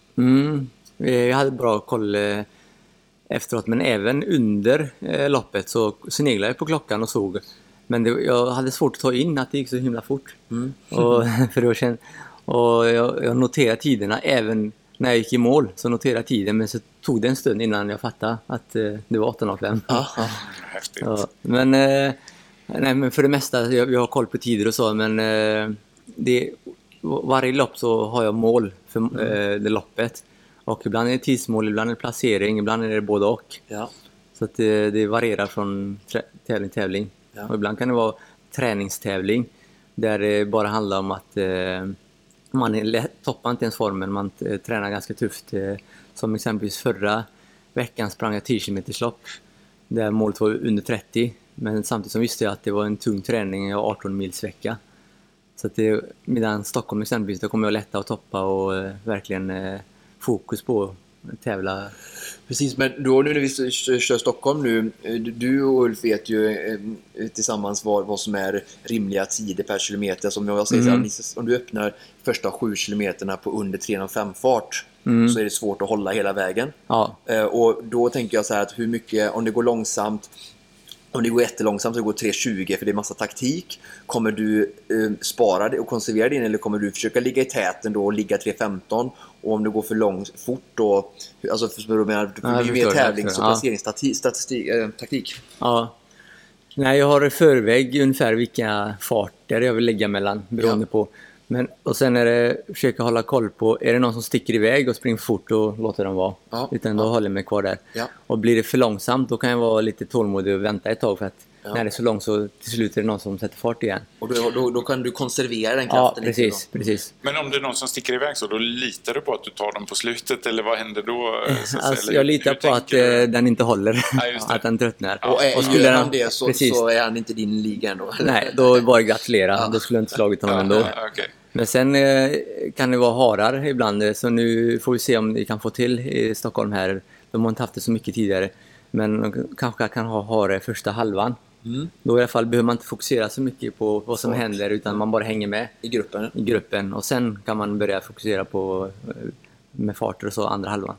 Mm, jag hade bra koll eh, efteråt, men även under eh, loppet så sneglade jag på klockan och såg. Men det, jag hade svårt att ta in att det gick så himla fort. Mm. Och, för då kände, och jag, jag noterade tiderna även när jag gick i mål, så noterade jag tiden, men så tog det en stund innan jag fattade att eh, det var åtta noll fem. Ja, häftigt. Ja, men, eh, nej, men för det mesta, jag, jag har koll på tider och så, men eh, det, varje lopp så har jag mål för mm. eh, det loppet. Och ibland är det tidsmål, ibland är det placering, ibland är det både och. Ja. Så att det, det varierar från trä- tävling till tävling. Ja. Och ibland kan det vara träningstävling där det bara handlar om att eh, man är lätt, toppar inte ens formen, man t- tränar ganska tufft. Eh, som exempelvis förra veckan sprang jag tio kilometers lopp där målet var under trettio. Men samtidigt som visste jag att det var en tung träning, jag har arton mils vecka. Så att det, medan Stockholm exempelvis, då kommer jag lätta att toppa och eh, verkligen eh, fokus på att tävla. Precis, men då nu när vi kör Stockholm nu, du och Ulf vet ju eh, tillsammans vad, vad som är rimliga tider per kilometer. Som jag säger, mm. så, om du öppnar första sju kilometerna på under tre komma fem fart mm. så är det svårt att hålla hela vägen. Ja. Eh, och då tänker jag så här att hur mycket, om det går långsamt, om det går jättelångsamt så det går tre tjugo för det är massa taktik. Kommer du eh, spara det och konservera det eller kommer du försöka ligga i täten då och ligga tre femton? Och om det går för långt fort då, alltså för att menar, det blir ju mer tävlings- och placeringstaktik. Ja. Nej, jag har i förväg ungefär vilka farter jag vill lägga mellan beroende ja. på. Men, och sen är det försöka hålla koll på, är det någon som sticker iväg och springer fort och låter dem vara. Ja. Utan då ja. håller jag mig kvar där. Ja. Och blir det för långsamt då kan jag vara lite tålmodig och vänta ett tag för att ja. när det är så långt så till slut är det någon som sätter fart igen. Och då, då, då kan du konservera den kraften. Ja, precis, precis. Men om det är någon som sticker iväg så då litar du på att du tar dem på slutet eller vad händer då? Så alltså, jag litar på att eh, den inte håller, ja, att den tröttnar. Ja. Och, är, och skulle han det så, så är han inte din liga ändå. Nej, då bara gratulera. Ja. Då skulle jag inte slagit honom ändå. Ja, okay. Men sen eh, kan det vara harar ibland, så nu får vi se om vi kan få till i Stockholm här. De har inte haft det så mycket tidigare, men de kanske kan ha hare första halvan. Mm. Då i alla fall behöver man inte fokusera så mycket på vad som Fort. händer utan man bara hänger med i gruppen. i gruppen och sen kan man börja fokusera på med farter och så andra halvan.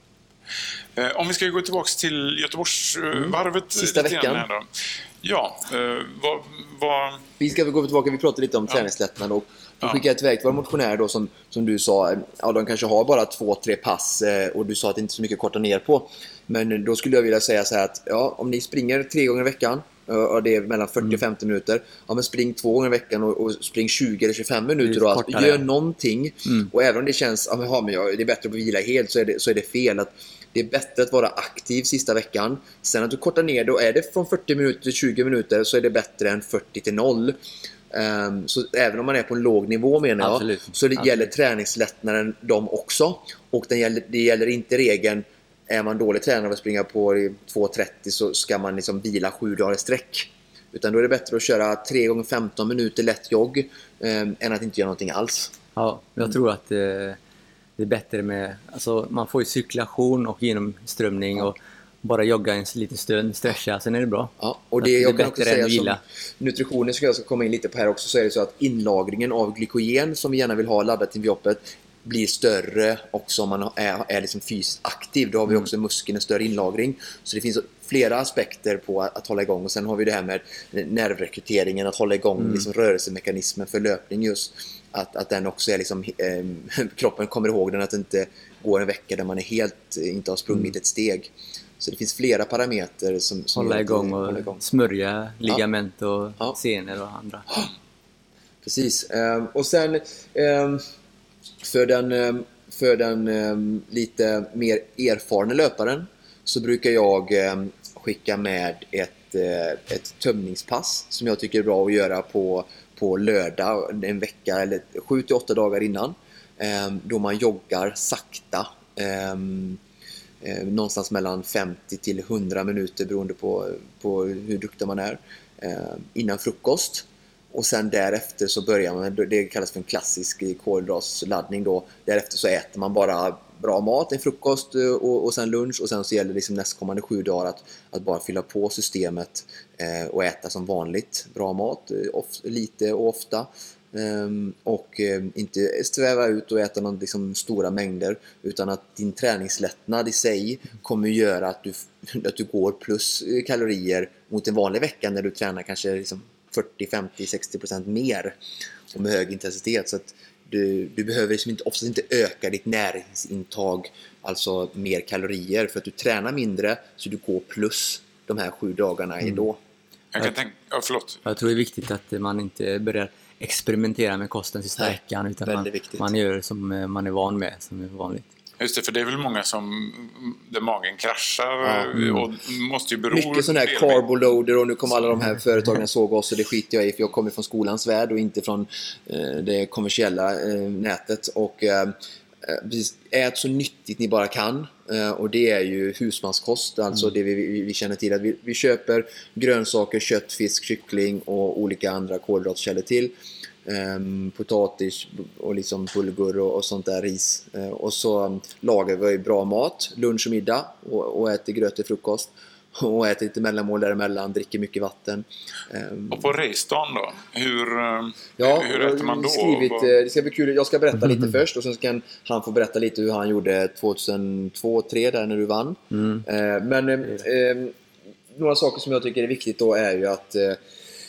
Eh, om vi ska gå tillbaka till Göteborgsvarvet. Mm. Sista veckan. Här då. Ja, eh, vad, vad... Vi ska gå tillbaka, vi pratade lite om ja. träningslättnad och då skickade jag iväg till våra motionärer då som, som du sa, ja, de kanske har bara två, tre pass och du sa att det inte är så mycket att korta ner på. Men då skulle jag vilja säga så här att ja, om ni springer tre gånger i veckan och det är mellan fyrtio och femtio minuter, ja men spring två gånger i veckan och, och spring tjugo eller tjugofem minuter då, alltså, gör någonting. Mm. Och även om det känns, ja men, ja, men jag, det är bättre att vila helt, så är det, så är det fel. Att det är bättre att vara aktiv sista veckan. Sen att du kortar ner, då är det från fyrtio minuter till tjugo minuter, så är det bättre än fyrtio till noll. Um, så även om man är på en låg nivå menar jag, Absolut. så det Absolut. gäller träningslättnaden dem också. Och den gäller, det gäller inte regeln, är man dålig tränare och springa på två trettio så ska man liksom vila sju dagar i sträck. Utan då är det bättre att köra tre gånger femton minuter lätt jogg um, än att inte göra någonting alls. Ja, jag mm. tror att eh, det är bättre med, alltså man får ju cirkulation och genomströmning och bara jogga en liten stund, stretcha, sen är det bra. Ja, och det, jag det kan också säga som nutritionen ska jag ska komma in lite på här också, så är det så att inlagringen av glykogen som vi gärna vill ha laddat till jobbet blir större också om man är, är liksom fysiskt aktiv. Då har vi också mm. muskeln en större inlagring. Så det finns flera aspekter på att, att hålla igång. Och sen har vi det här med nervrekryteringen, att hålla igång mm. liksom rörelsemekanismen för löpning just. Att, att den också är liksom, eh, kroppen kommer ihåg den, att det inte går en vecka där man är helt, inte har sprungit mm. ett steg. Så det finns flera parametrar som, som hålla igång och hålla igång. Smörja ligament ja. och ja. senor och andra. Precis. Um, och sen um, för den, um, för den um, lite mer erfarna löparen så brukar jag um, skicka med ett, uh, ett tömningspass som jag tycker är bra att göra på, på lördag en vecka eller sju till åtta dagar innan. Um, då man joggar sakta. Um, Eh, någonstans mellan femtio till hundra minuter beroende på, på hur duktig man är eh, innan frukost, och sen därefter så börjar man, det kallas för en klassisk kolhydratsladdning då. Därefter så äter man bara bra mat, en frukost och, och sen lunch, och sen så gäller det liksom nästkommande sju dagar att, att bara fylla på systemet eh, och äta som vanligt bra mat, of, lite och ofta. Um, och um, inte sträva ut och äta någon, liksom, stora mängder, utan att din träningslättnad i sig kommer göra att du, att du går plus kalorier mot en vanlig vecka när du tränar kanske liksom fyrtio, femtio, sextio procent mer och med hög intensitet. Så att du, du behöver liksom inte, oftast inte öka ditt näringsintag, alltså mer kalorier, för att du tränar mindre, så du går plus de här sju dagarna mm. då. Jag kan tänka, ja, förlåt. Jag tror det är viktigt att man inte börjar experimentera med kosten sista veckan, utan man, man gör som man är van med, som är vanligt. Just det, för det är väl många som där magen kraschar ja. och måste ju bero... Mycket sådana här carboloader, och nu kommer alla de här företagen såg oss, och det skiter jag i, för jag kommer från skolans värld och inte från eh, det kommersiella eh, nätet. Och eh, ät så nyttigt ni bara kan, eh, och det är ju husmanskost, alltså mm. det vi, vi, vi känner till att vi, vi köper grönsaker, kött, fisk, kyckling och olika andra kolhydratkällor till. Um, potatis och liksom bulgur och, och sånt där, ris, uh, och så um, lagar vi bra mat lunch och middag och, och äter gröt till frukost och äter lite mellanmål däremellan, dricker mycket vatten. Um, och på racedagen då? Hur, ja, hur äter man då? Skrivit, uh, det ska bli kul. Jag ska berätta lite först, och sen kan han få berätta lite hur han gjorde tjugohundratvå tre där när du vann. Mm. Uh, men uh, några saker som jag tycker är viktigt då är ju att uh,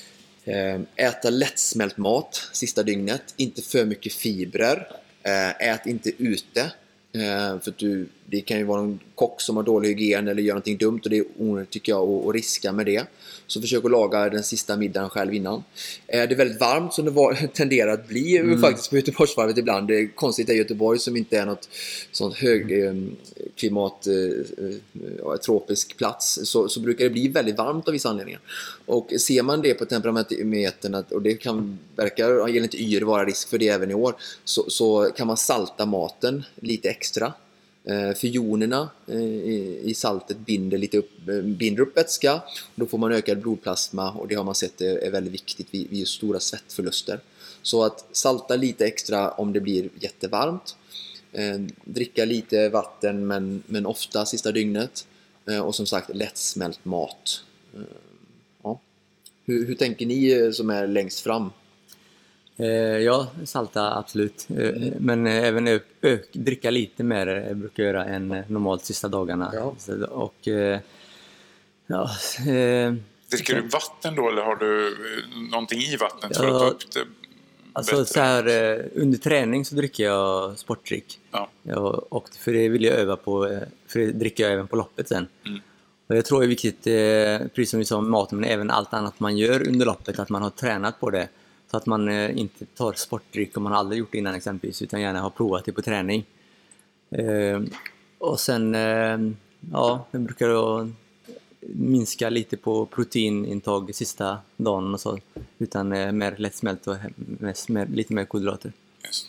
äta lättsmält mat sista dygnet, inte för mycket fibrer, ät inte ute, för att du, det kan ju vara en kock som har dålig hygien eller gör någonting dumt, och det är onödigt tycker jag att, att riska med det. Så försök att laga den sista middagen själv innan. Är det väldigt varmt, som det var, tenderar att bli mm. faktiskt på Göteborgsvarvet ibland. Det är konstigt i Göteborg som inte är något sånt högklimat eh, tropisk plats, så, så brukar det bli väldigt varmt av vissa anledningar. Och ser man det på temperamentmetern, och det kan verka, jag gäller inte yr vara risk för det även i år, så, så kan man salta maten lite extra. För jonerna i saltet binder, lite upp, binder upp vätska, och då får man ökad blodplasma, och det har man sett är väldigt viktigt vid, vid stora svettförluster. Så att salta lite extra om det blir jättevarmt, dricka lite vatten men, men ofta sista dygnet, och som sagt lättsmält mat. Ja. Hur, hur tänker ni som är längst fram? Eh, ja, salta absolut. Eh, Mm. Men eh, även ö- ö- dricka lite mer eh, brukar jag göra än eh, normalt sista dagarna. Ja. Så, och eh, ja, eh, Dricker du vatten då eller har du eh, någonting i vattnet för Ja, att ta upp det alltså bättre? så här, eh, under träning så dricker jag sportdryck. Ja. Ja, och för det vill jag öva på, eh, för det dricker jag även på loppet sen. Mm. Och jag tror det är viktigt, eh, precis som vi sa om maten, men även allt annat man gör under loppet, att man har tränat på det. Så att man eh, inte tar sportdryck om man aldrig gjort det innan exempelvis, utan gärna har provat det på träning. Eh, och sen, eh, ja, jag brukar då minska lite på proteinintag sista dagen och så, utan eh, mer lättsmält och mest, mer, lite mer kolhydrater. Just.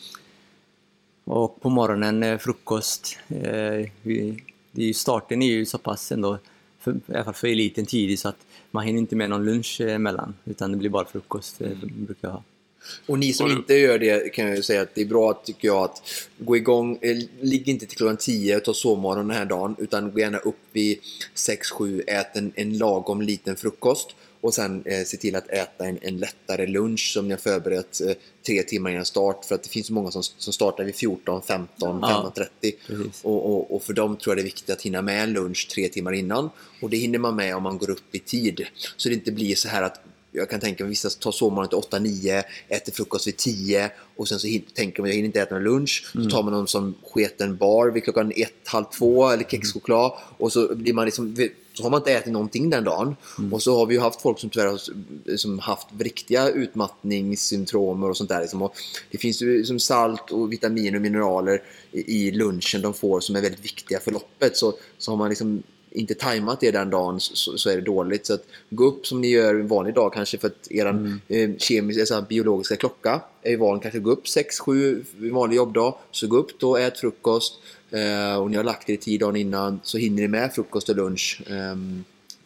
Och på morgonen eh, frukost. Eh, vi, det är ju, starten är ju så pass ändå, för, i alla fall för eliten tidigt, så att man hinner inte med någon lunch eh, emellan, utan det blir bara frukost, eh, brukar jag ha. Och ni som Och du- inte gör det kan jag ju säga att det är bra, tycker jag, att gå igång. eh, Ligg inte till klockan tio och ta sovmorgon den här dagen, utan gå gärna upp vid sex sju, ät en, en lagom liten frukost och sen eh, se till att äta en, en lättare lunch som ni har förberett eh, tre timmar innan start, för att det finns så många som, som startar vid fjorton, femton, Ja, femton trettio precis. och, och, och för dem tror jag det är viktigt att hinna med en lunch tre timmar innan, och det hinner man med om man går upp i tid, så det inte blir så här att jag kan tänka mig vissa tar sovmorgon till åtta nio, äter frukost vid tio och sen så hin- tänker man jag hinner inte äta någon lunch. Mm. Så tar man någon som sketen bar vid klockan ett, halv två eller kexchoklad och så blir man liksom, så har man inte ätit någonting den dagen. Mm. Och så har vi ju haft folk som tyvärr har som haft riktiga utmattningssymptomer och sånt där liksom. Och det finns ju som salt och vitaminer och mineraler i, i lunchen de får som är väldigt viktiga för loppet, så, så har man liksom inte tajmat det den dagen, så, så är det dåligt. Så att gå upp som ni gör en vanlig dag kanske, för att er Mm. eh, kemiska, alltså biologiska klocka är ju van, kanske gå upp sex sju en vanlig jobbdag, så gå upp då, ät frukost eh, och ni har lagt er i tid dagen innan, så hinner ni med frukost och lunch. Ehm,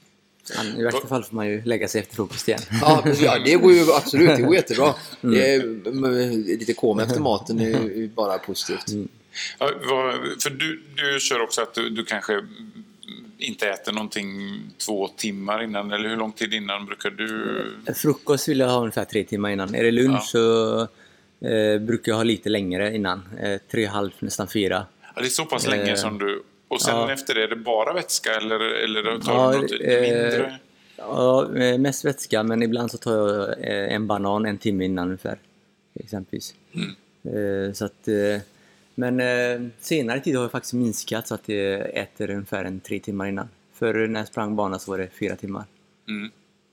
I värsta fall får man ju lägga sig efter frukost igen. ja, precis, ja, det går ju absolut, det går jättebra. Det är, mm, lite koma efter maten är ju bara positivt. Mm. Ja, vad- för du, du kör också att du, du kanske inte äter någonting två timmar innan, eller hur lång tid innan brukar du? Frukost vill jag ha ungefär tre timmar innan. Är det lunch Ja. så eh, brukar jag ha lite längre innan. Eh, tre, halv, nästan fyra. Ja, det är så pass Eh, länge som du... Och sen ja. efter det är det bara vätska eller, eller tar Ja, du något eh, mindre? Ja, eh, mest vätska, men ibland så tar jag eh, en banan en timme innan ungefär. Exempelvis. Mm. Eh, så att, eh, men eh, senare tid har jag faktiskt minskat så att jag äter ungefär en tre timmar innan. För när jag sprang bana så var det fyra timmar. Mm.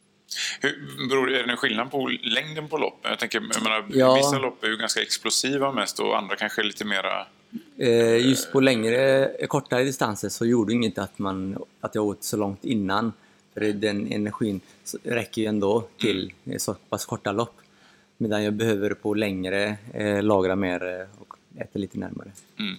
Hur, beror, är det en skillnad på längden på loppen? Jag tänker, jag menar, Ja. vissa lopp är ju ganska explosiva mest och andra kanske är lite mera... Eh, just på längre, kortare distanser så gjorde inget att, man, att jag åt så långt innan. För den energin s- räcker ju ändå till eh, så pass korta lopp. Medan jag behöver på längre eh, lagra mer eh, och äta lite närmare. Mm.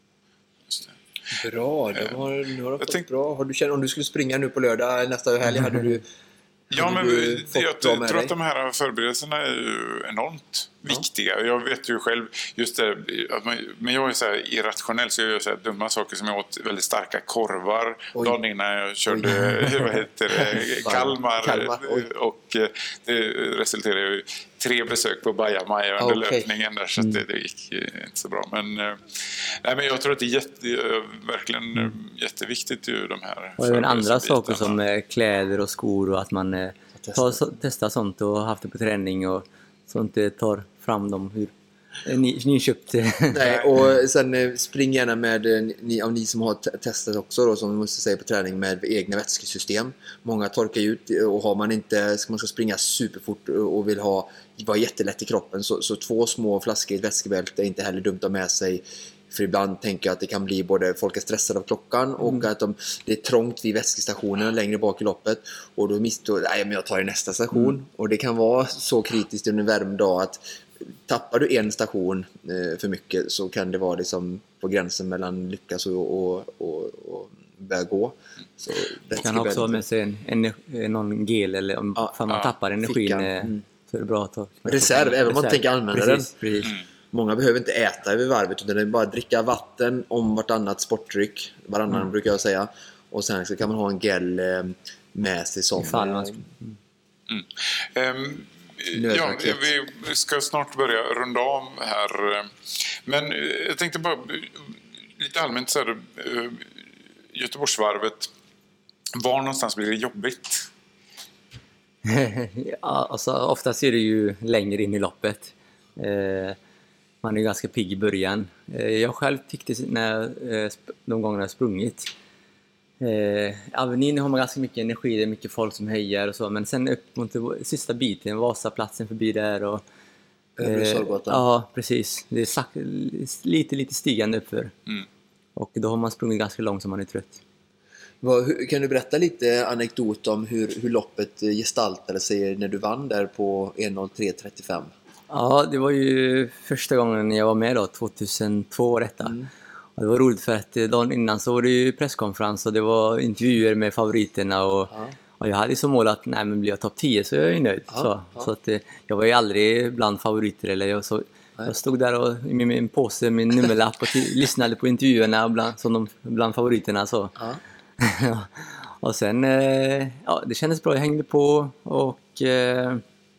Just det. Bra, det var, nu har du fått tänk- bra. Har du känt, om du skulle springa nu på lördag nästa helg, hade du Ja, hade men du jag, fått jag bra med tror dig? att de här förberedelserna är ju enormt viktiga. Jag vet ju själv, just det, att man, men jag är så här irrationell, så jag gör så här dumma saker som jag åt väldigt starka korvar Oj. dagen innan jag körde vad heter det, Kalmar, Kalmar, oj. och eh, det resulterade i tre besök på Bajamaja under Okej. löpningen där, så att det, det gick eh, inte så bra. Men, eh, nej, men jag tror att det är jätte, eh, verkligen eh, jätteviktigt ju de här Och även andra förberedelsebitarna. saker som eh, kläder och skor och att man eh, tar, så, testar sånt och har haft det på träning och så inte tar fram dem hur eh, ni, ni köpt. eh, Nej, och sen eh, spring gärna med eh, ni, av ni som har te- testat också då, som vi måste säga på träning, med egna vätskesystem. Många torkar ut, och har man inte, ska man ska springa superfort och vill ha vara jättelätt i kroppen, så, så två små flaskor i ett vätskebälte är inte heller dumt att ha med sig. För ibland tänker jag att det kan bli både folk är stressade av klockan och Mm. att de, det är trångt vid vätskestationen längre bak i loppet, och då misstår nej men jag tar i nästa station. Mm. Och det kan vara så kritiskt under en värmd dag att tappar du en station eh, för mycket, så kan det vara liksom på gränsen mellan lyckas och, och, och, och börja gå. Så Man kan också ha med sig en, en, någon gel, eller om Ja, fan man ja, tappar energin fickan. eh, Mm. så är det bra att ta. Reserv, även om man inte tänker använda precis, Precis. Mm. Många behöver inte äta över varvet, utan det är bara att dricka vatten om vartannat sportdryck, varannan Mm. brukar jag säga, och sen så kan man ha en gel eh, med sig som Ifall man eh, ska- Mm. Ehm, ja, vi ska snart börja runda om här. Men jag tänkte bara lite allmänt så här, Göteborgsvarvet, var någonstans blir det jobbigt? Ja, alltså, oftast är det ju längre in i loppet. Eh, man är ju ganska pigg i början. Eh, jag själv tyckte när jag, eh, de gångerna jag sprungit. Eh, Avenyn har man ganska mycket energi, det är mycket folk som hejar och så. Men sen upp mot sista biten, Vasaplatsen förbi där och... Eh, ja, precis. Det är sak, lite, lite stigande uppför. Mm. Och då har man sprungit ganska långt som man är trött. Vad, hur, kan du berätta lite anekdot om hur, hur loppet gestaltade sig när du vann där på en noll tre trettiofem? Ja, det var ju första gången jag var med då, tjugohundratvå detta. Mm. Och det var roligt för att dagen innan så var det ju presskonferens och det var intervjuer med favoriterna och, ja. och jag hade ju som mål att nej, men blir jag topp tio så är jag ju nöjd. Ja, så ja. så att, jag var ju aldrig bland favoriter eller jag, så, jag stod där och, med min påse, min nummerlapp och t- lyssnade på intervjuerna bland, som de, bland favoriterna så. Ja. Och sen, eh, ja, det kändes bra, jag hängde på och eh,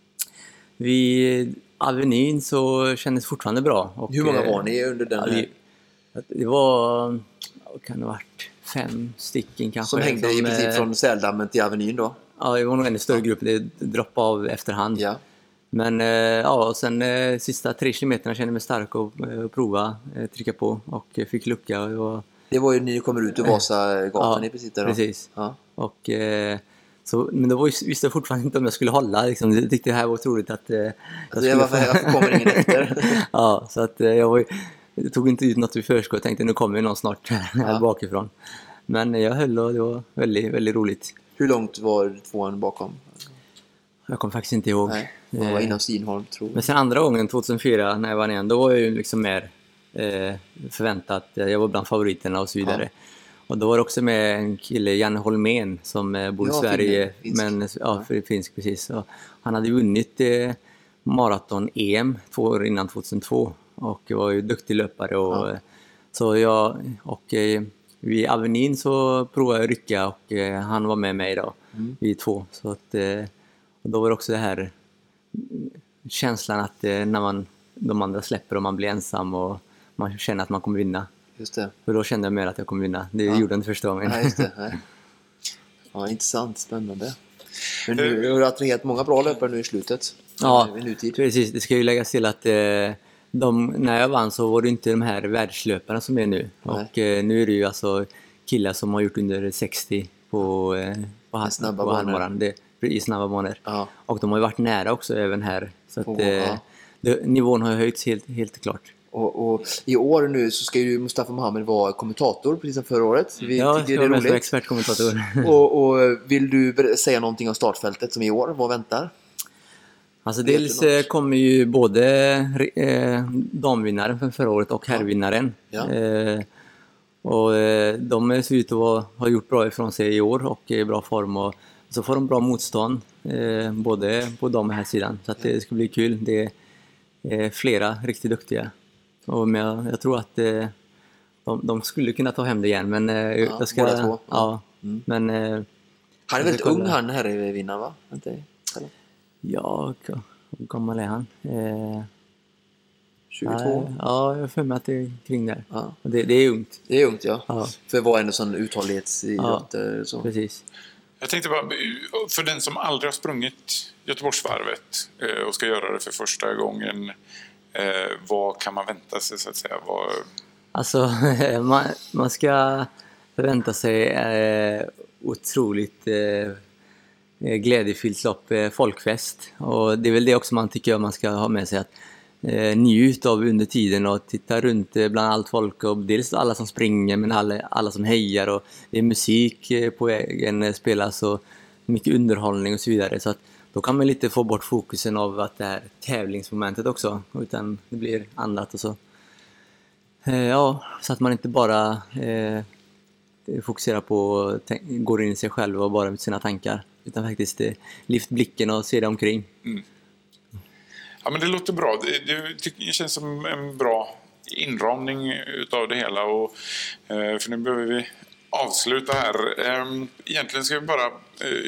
vid Avenyn så kändes fortfarande bra. Och, hur många var ni under den? Ja, det, det var, kan det ha varit fem stycken kanske. Som hängde som, i princip från Säldammen till Avenyn då? Ja, det var nog en större grupp, det droppade av efterhand. Ja. Men eh, ja, och sen eh, sista tre kilometerna kände jag mig stark och eh, prova, eh, trycka på och eh, fick lucka och det var... Det var ju när ni kommer ut ur Vasagatan ja, i princip där då. Precis. Ja. Och, eh, så, men då var, visste jag fortfarande inte om jag skulle hålla. Liksom. Jag tyckte det här var otroligt att... Eh, jag alltså, jag varför, varför kommer ingen efter? Ja, så att eh, jag, var, jag tog inte ut något i förskott. Jag tänkte nu kommer ju någon snart här ja. bakifrån. Men jag höll och det var väldigt, väldigt roligt. Hur långt var tvåan bakom? Jag kommer faktiskt inte ihåg. Nej, det var innan Stinholm tror jag. Men sen andra gången, tjugohundrafyra, när jag vann igen, då var jag ju liksom mer... Eh, förväntat, jag var bland favoriterna och så vidare. Ja. Och då var det också med en kille, Janne Holmén, som eh, bor i ja, Sverige, finsk. men ja, för finsk precis. Och han hade vunnit eh, maraton-E M två år innan tjugohundratvå och var ju duktig löpare och ja. så jag och eh, vid Avenyn så provade jag rycka och eh, han var med mig då mm. vid två så att eh, och då var det också det här känslan att eh, när man de andra släpper och man blir ensam och man känner att man kommer vinna. Just det. För då kände jag mer att jag kommer vinna. Det ja. gjorde jag inte första gången. Ja, just det. Ja, ja intressant. Spännande. Men nu har du attraherat många bra löpare nu i slutet. Ja, precis. Det ska ju läggas till att eh, de, när jag vann så var det inte de här världslöparna som är nu. Nej. Och eh, nu är det ju alltså killar som har gjort under sextio på, eh, på, snabba på halvmaran. Det, i snabba banor. Ja. Och de har ju varit nära också även här. Så att, oh, eh, det, nivån har ju höjts helt, helt klart. Och, och i år nu så ska ju Mustafa Mohamed vara kommentator precis som förra året. Vi ja, tycker det är roligt. Expertkommentator. och, och vill du säga någonting om startfältet som i år? Vad väntar? Alltså dels kommer ju både eh, damvinnaren för förra året och herrvinnaren. Ja. Eh, och eh, de ser ut att vara, ha gjort bra ifrån sig i år och är i bra form. Och så får de bra motstånd eh, både på dam och här sidan. Så att det ska bli kul. Det är flera riktigt duktiga. Och jag, jag tror att eh, de, de skulle kunna ta hem det igen. Men eh, ja, jag ska... Båda två. Ja. Mm. Men, eh, han är väldigt ung, han här är vinnaren va? Inte, ja, hur gammal är han? Eh, tjugotvå? Nej, ja, jag får med att det är kring där. Ja. Och det, det är ungt. Det är ungt, ja. ja. För vad är en sån uthållighetsidrott? Ja, så. Precis. Jag tänkte bara, för den som aldrig har sprungit Göteborgsvarvet och ska göra det för första gången, vad kan man vänta sig så att säga? Vad... Alltså, man, man ska förvänta sig eh, otroligt eh, glädjefyllt lopp, eh, folkfest. Och det är väl det också man tycker man ska ha med sig, att eh, njut av under tiden och titta runt eh, bland allt folk. Och dels alla som springer, men alla, alla som hejar. Och det är musik eh, på vägen eh, spelas och mycket underhållning och så vidare. Så att då kan man lite få bort fokusen av att det här tävlingsmomentet också, utan det blir annat och så. Eh, ja, så att man inte bara eh, fokuserar på, tänk, går in i sig själv och bara med sina tankar, utan faktiskt eh, lyft blicken och se det omkring. Mm. Ja, men det låter bra. Det, det känns som en bra inramning utav det hela, och, eh, för nu behöver vi avsluta här. Eh, egentligen ska vi bara... Eh,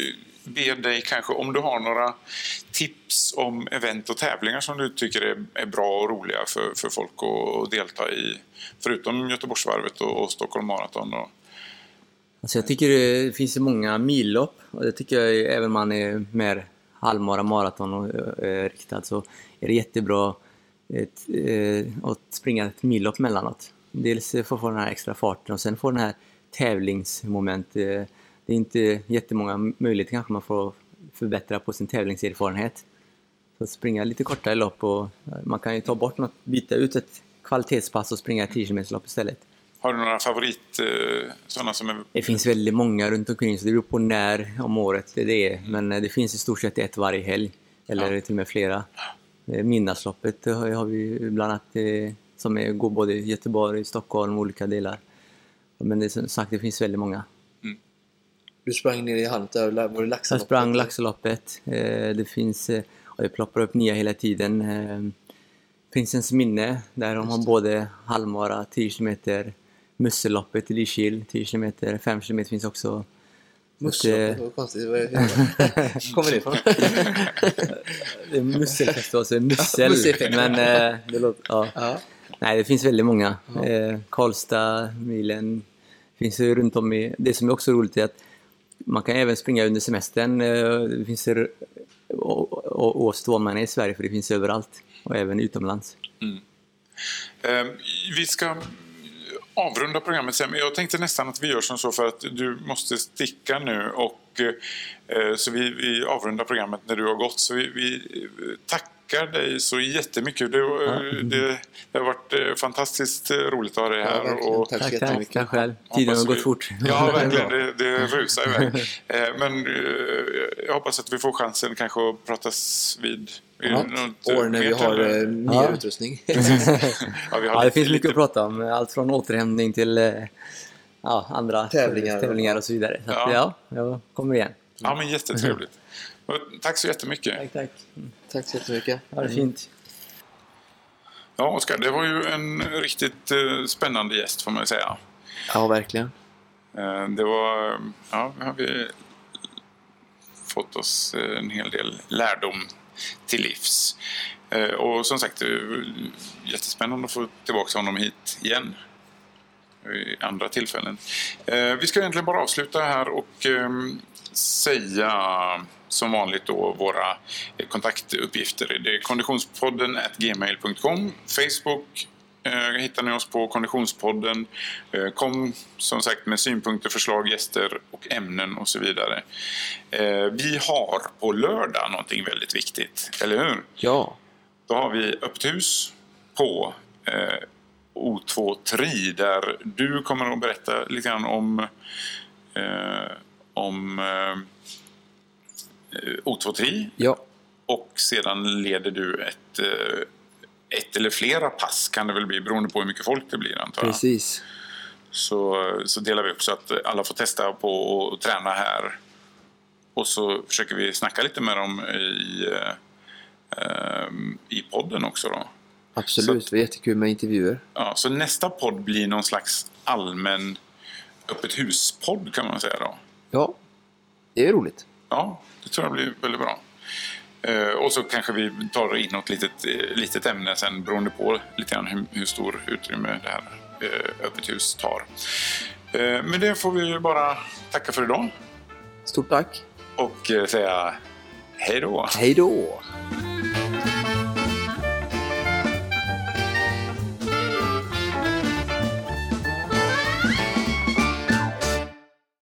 be dig kanske om du har några tips om event och tävlingar som du tycker är, är bra och roliga för, för folk att delta i, förutom Göteborgsvarvet och, och Stockholm Marathon. Och... Alltså jag tycker det finns ju många millopp, och det tycker jag även om man är mer halvmara maraton och är riktad, så är det jättebra ett, eh, att springa ett millopp mellanåt. Dels för att få den här extra farten och sen få den här tävlingsmoment. Det är inte jättemånga möjligheter kanske man får förbättra på sin tävlingserfarenhet. Så springa lite kortare lopp, och man kan ju ta bort något, byta ut ett kvalitetspass och springa ett tio kilometer-lopp istället. Har du några favorit eh, sådana som är... Det finns väldigt många runt omkring, så det beror på när om året det är. Men det finns i stort sett ett varje helg, eller ja. till och med flera. Midnattsloppet har vi bland annat som är, går både i Göteborg, Stockholm och olika delar. Men det är som sagt, det finns väldigt många. Mm. Du sprang ner i Halmstad, var det Laxaloppet? Jag sprang Laxaloppet. Det finns, och det ploppar upp nya hela tiden. Prinsens minne, där de har både halvmara, tio kilometer, Musselloppet i Lysekil, tio kilometer, fem kilometer finns också. Musselloppet, vad konstigt. Vad kommer det ifrån? Det är musselfestival, så det är mussel. Men eh, det låter, ja. Ja. Nej, det finns väldigt många. Ja. Eh, Karlstad, milen, finns ju runt om i. Det som är också roligt är att man kan även springa under semestern. Eh, det finns ju, och, och, oavsett var man är i Sverige, för det finns överallt. Och även utomlands. Mm. Eh, vi ska avrunda programmet sen, men jag tänkte nästan att vi gör som så, för att du måste sticka nu, och eh, så vi, vi avrundar programmet när du har gått, så vi, vi tackar dig så jättemycket. Det, mm. det, det har varit fantastiskt roligt att ha dig här. Ja, och, tack så tack, jättemycket. Tack själv. Tiden har gått fort. Ja, verkligen. Det, det rusar iväg. eh, men eh, jag hoppas att vi får chansen kanske att pratas vid ja, år när vi har eller? ny ja. utrustning. ja, vi har ja, det finns lite... mycket att prata om. Allt från återhämtning till ja, andra tävlingar, tävlingar och så vidare. Så att, ja. ja, jag kommer igen. Ja, men jättetrevligt. Tack så jättemycket. Tack, tack. Mm. Tack så jättemycket. Ja, det är fint. Ja, Oskar, det var ju en riktigt uh, spännande gäst, får man säga. Ja, verkligen. Uh, det var, ja, vi har vi fått oss en hel del lärdom till livs. Uh, och som sagt, det är jättespännande att få tillbaka honom hit igen i andra tillfällen. Uh, vi ska egentligen bara avsluta här och um, säga som vanligt då våra kontaktuppgifter. Det är konditionspodden at gmail punkt com. Facebook eh, hittar ni oss på Konditionspodden. Eh, kom som sagt med synpunkter, förslag, gäster och ämnen och så vidare. Eh, vi har på lördag någonting väldigt viktigt, eller hur? Ja. Då har vi öppet hus på eh, O två Tri, där du kommer att berätta lite grann om eh, om eh, O två Tri. Ja. Och sedan leder du ett, ett eller flera pass, kan det väl bli, beroende på hur mycket folk det blir, antar jag. Precis. Så, så delar vi upp så att alla får testa på att träna här. Och så försöker vi snacka lite med dem i, i podden också då. Absolut, att, det var jättekul med intervjuer. Ja, så nästa podd blir någon slags allmän öppet huspodd, kan man säga då. Ja, det är roligt. Ja, det tror jag blir väldigt bra. Eh, och så kanske vi tar in något litet, eh, litet ämne sen, beroende på lite grann hur, hur stor utrymme det här eh, öppet hus tar. Eh, men det får vi bara tacka för idag. Stort tack. Och eh, säga hej då. Hej då.